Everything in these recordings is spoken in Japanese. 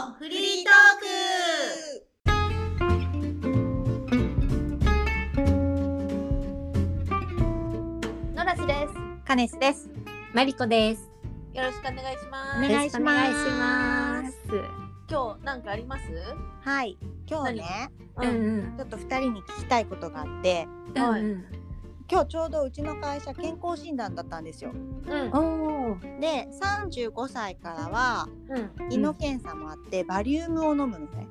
フリートーク。ノラスです。 カネスです。 マリコです。 よろしくお願いします。 お願いします。 今日何かあります？ はい、今日ね、ちょっと2人に聞きたいことがあって、 はい、 今日ちょうどうちの会社健康診断だったんですよ。で、35歳からは、胃の検査もあってバリウムを飲むのね。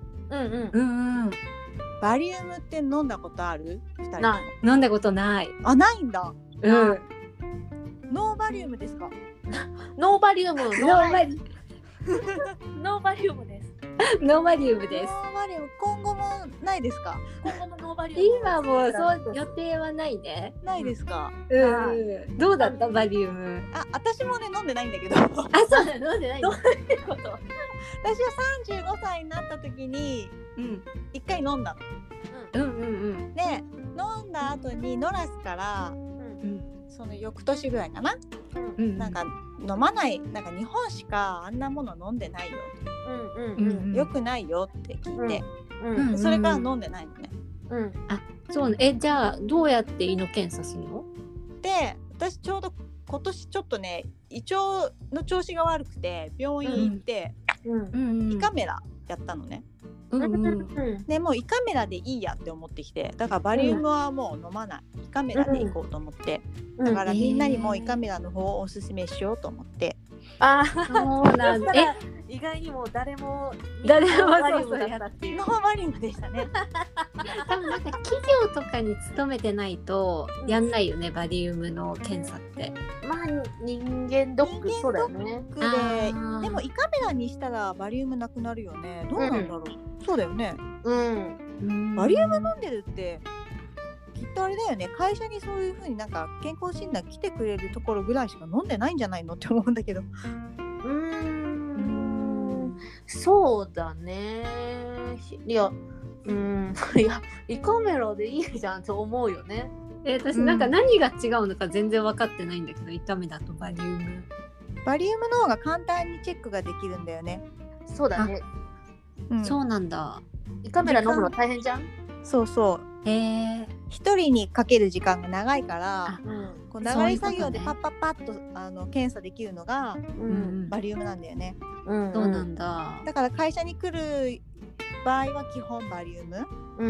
バリウムって飲んだことある？2人ない。飲んだことない。 あ、ないんだ。ノーバリウムですか？ ノーバリウム。 ノーバリノーバリウムです。 ノーバリウムです。 ノーバリウム、今後もないですか？ 今後もノーバリウム。 今もそう予定はないね。 ないですか？ どうだったバリウム？ あ、私もね飲んでないんだけど。 あ、そうだ、飲んでない。 どういうこと？ 私は35歳になった時に1回飲んだの。で、飲んだ後にノラスから、その翌年ぐらいかな、なんか飲まない、なんか日本しかあんなもの飲んでないよ、よくないよって聞いて、それから飲んでないのね。 あ、そうね。じゃあどうやって胃の検査するの？ で、私ちょうど今年ちょっとね、胃腸の調子が悪くて病院行って、胃カメラやったのね。でもう胃カメラでいいやって思ってきて、だからバリウムはもう飲まない、胃カメラで行こうと思って、だからみんなにも胃カメラの方をおすすめしようと思って。 そうなんだ。 意外にも誰もバリウムだったっていう。 ノーバリウムでしたね。 多分なんか企業とかに勤めてないとやんないよね、バリウムの検査って。 まあ人間ドック、そうだよね。 でも胃カメラにしたらバリウムなくなるよね。どうなんだろう。そうだよね。バリウム飲んでるってきっとあれだよね。会社にそういう風になんか健康診断来てくれるところぐらいしか飲んでないんじゃないのって思うんだけど。 そうだね。いや胃カメラでいいじゃんと思うよね。 私なんか何が違うのか全然分かってないんだけど、胃カメラとバリウム。 バリウムの方が簡単にチェックができるんだよね。 そうだね。 そうなんだ。 胃カメラ飲むの大変じゃん。 そうそう。一人にかける時間が長いから、こう流れ作業でパッパッパッと検査できるのがバリウムなんだよね。 そうなんだ。 だから会社に来る場合は基本バリウム。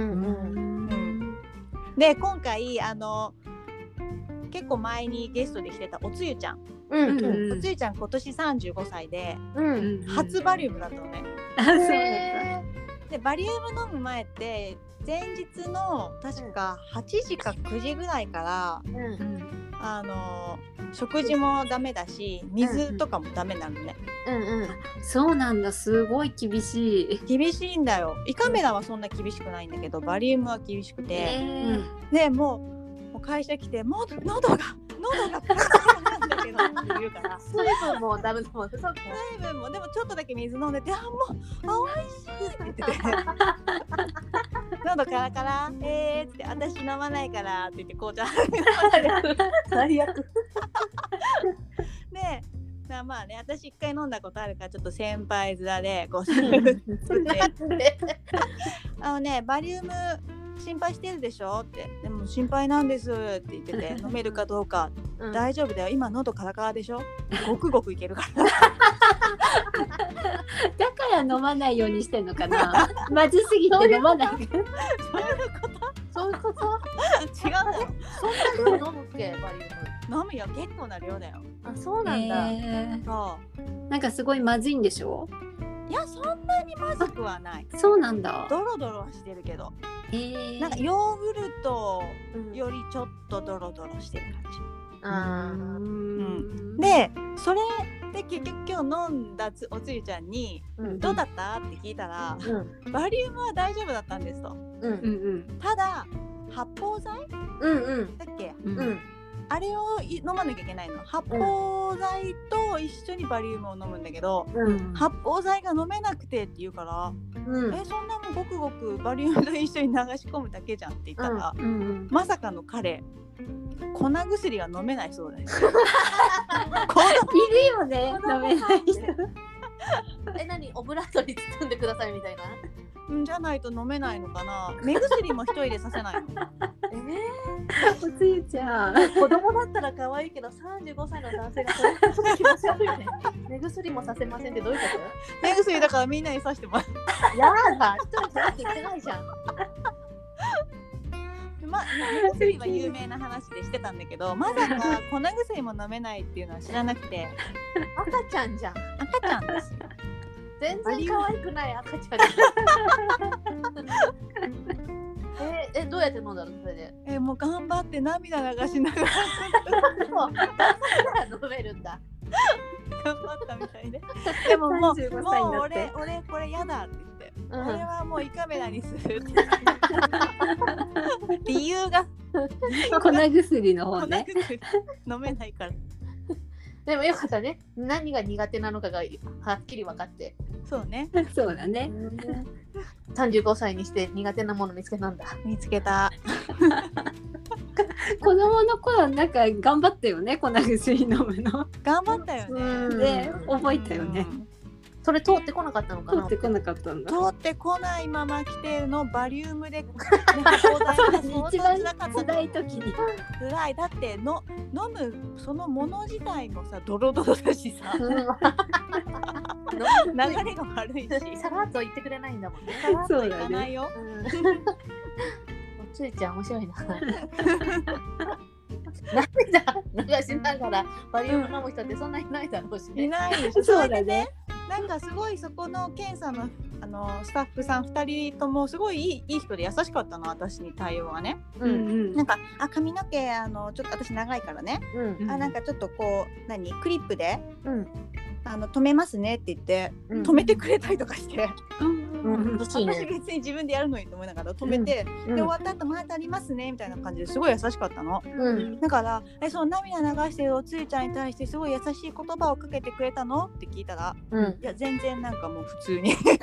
で、今回結構前にゲストで来てたおつゆちゃん。おつゆちゃん今年35歳で初バリウムだったのね。で、バリウム飲む前って前日の確か8時か9時ぐらいから、食事もダメだし水とかもダメなのね。 そうなんだ。すごい厳しいんだよ。胃カメラはそんな厳しくないんだけどバリウムは厳しくて、でもう会社来てもう喉がパラパラなんだけどって言うから水分もダメだもんね。水分もでもちょっとだけ水飲んでて、もう美味しいって言ってて喉カラカラって私飲まないからって言って紅茶最悪で、まあね、私一回飲んだことあるからちょっと先輩面でご紹介ね、バリウム心配してるでしょって。でも心配なんですって言ってて飲めるかどうか、大丈夫だよ、今喉カラカラでしょ、ごくごくいけるからだから飲まないようにしてんのかな。まずすぎて飲まない。 そういうこと違うんだよ。 そんな量飲むっけバリウム？ 飲むよ、結構な量だよ。 あ、そうなんだ。 なんかすごいまずいんでしょ？ いや、そんなにまずくはない。 そうなんだ。 ドロドロはしてるけど、なんかヨーグルトよりちょっとドロドロしてる感じ。で、それで結局今日飲んだおつゆちゃんに、どうだったって聞いたら、バリウムは大丈夫だったんですと。ただ発泡剤だっけ、あれを飲まなきゃいけないの。発泡剤と一緒にバリウムを飲むんだけど、発泡剤が飲めなくてって言うから、そんなもんごくごくバリウムと一緒に流し込むだけじゃんって言ったら、まさかの彼粉薬が飲めないそうです。 いるよね、飲めない人。 何オブラートに包んでくださいみたいな。 じゃないと飲めないのかな。目薬も一人でさせないの。 おつゆちゃん。 子供だったら可愛いけど35歳の男性がそれはちょっと気持ち悪いね。目薬もさせませんってどういうこ目薬だからみんなにさしてます。 と？やだ、一人じゃなくて言ってないじゃん。 目薬は有名な話でしてたんだけど、まさか粉薬も飲めないっていうのは知らなくて。 赤ちゃんじゃん。 赤ちゃんですよ。 全然可愛くない赤ちゃん。どうやって飲んだのそれで？ もう頑張って涙流しながら飲めるんだ。 頑張ったみたいで。でももう俺これやだって言って、俺はもう胃カメラにするって理由が粉薬の方ね。 粉薬飲めないから。 でもよかったね。何が苦手なのかがはっきり分かって。 そうね。 そうだね。 35歳にして苦手なもの見つけたんだ。 見つけた。 子供の頃なんか頑張ったよね、粉薬飲むの。 頑張ったよね。 で、覚えたよね。 それ通ってこなかったのかな。 通ってこなかったんだ。 通ってこないまま来てるのバリウムで一番辛い時に。 辛い。だって飲むそのもの自体もさドロドロだしさ、流れが悪いし、 さらっと言ってくれないんだもんね。 さらっといかないよ。 おつゆちゃん面白いな。涙流しながらバリウム飲む人ってそんなにいないだろうしね。 いないでしょ。 そうだね。 なんかすごいそこの検査のスタッフさん2人ともすごいいい人で優しかったの、私に対応はね。なんか髪の毛ちょっと私長いからね、なんかちょっとこうクリップで、止めますねって言って、止めてくれたりとかして、私別に自分でやるのにと思いながら止めて、で終わった後またありますねみたいな感じですごい優しかったの。だからその涙流してるおつゆちゃんに対してすごい優しい言葉をかけてくれたのって聞いたら、いや全然なんかもう普通に事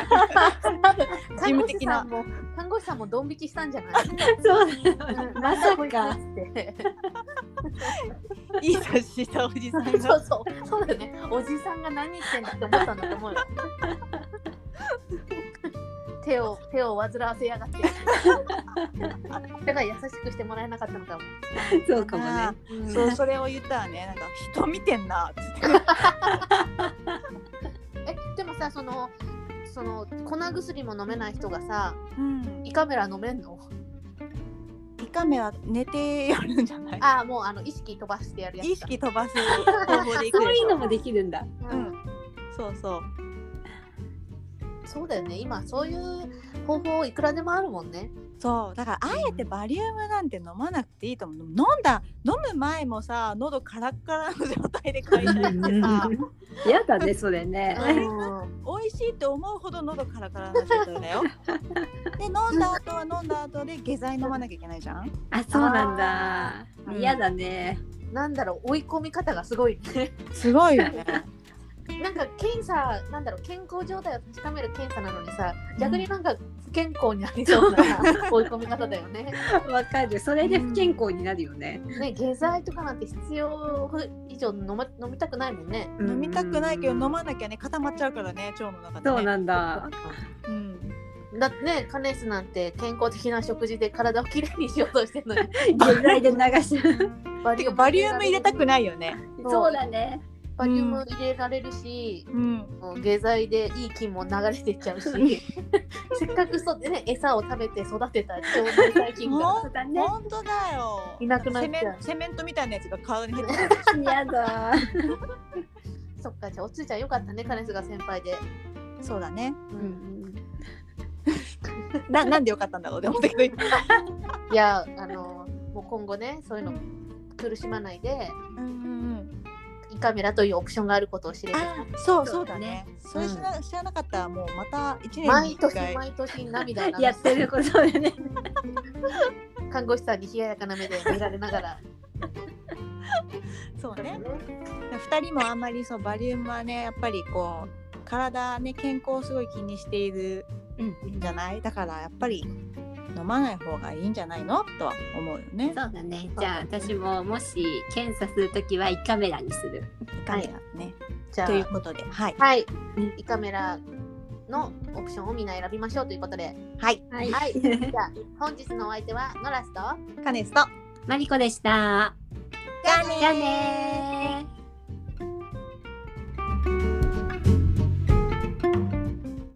務的な。 看護師さんもドン引きしたんじゃない？ そうだよ。まさか。 いい察したおじさんが。 そうだよね。おじさんが何言ってんだって思ったんだと思うよ。手を煩わせやがって。だから優しくしてもらえなかったのかも。 そうかもね。 それを言ったらね、なんか人見てんなってでもさ、その粉薬も飲めない人がさ、胃カメラ飲めんの？ 胃カメラ寝てやるんじゃない？ ああ、もう意識飛ばしてやるやつ。 意識飛ばす方法でいくでしょ。 そういうのもできるんだ。 そうそう。 そうだよね。今そういう方法いくらでもあるもんね。 そうだからあえてバリウムなんて飲まなくていいと思う。飲む前もさ、喉カラッカラの状態で会社行ってさやだねそれね。 美味しいって思うほど喉カラカラな状態だよ。で飲んだ後で下剤飲まなきゃいけないじゃん。 あ、そうなんだ。嫌だね。 なんだろう、追い込み方がすごいね。 すごいよね。 なんか検査、健康状態を確かめる検査なのにさ、逆になんか不健康になりそうな追い込み方だよね。 わかる。それで不健康になるよね。 下剤とかなんて必要以上飲みたくないもんね。 飲みたくないけど飲まなきゃね、固まっちゃうからね、腸の中でね。 そうなんだ。 だってね、カネスなんて健康的な食事で体をきれいにしようとしてるのに下剤で流しバリウム入れたくないよね。 そうだね。 バリウム入れられるし、下剤でいい菌も流れていっちゃうしせっかく餌を食べて育てた腸内細菌が本当だよ、 いなくなっちゃう。 セメントみたいなやつが体に入ってる。 やだそっか、じゃあおつーちゃんよかったね、カネスが先輩で。 そうだね。なんでよかったんだろうって思ったけどいや、もう今後ね、そういうの苦しまないで、胃カメラというオプションがあることを知れて。 そうだね。それ知らなかったらもうまた1年に1回毎年涙やってることだね。 看護師さんに冷ややかな目で見られながら。 そうね。2人もあんまりバリウムはね、やっぱりこう体ね、健康をすごい気にしているんじゃない？だからやっぱり飲まない方がいいんじゃないのとは思うよね。 そうだね。じゃあ私ももし検査するときは胃カメラにする。 胃カメラね。 じゃあということで、 はい、胃カメラのオプションをみんな選びましょうということで、 はい、 はい、じゃあ本日のお相手はノラスとカネスとマリコでした。 じゃあねー。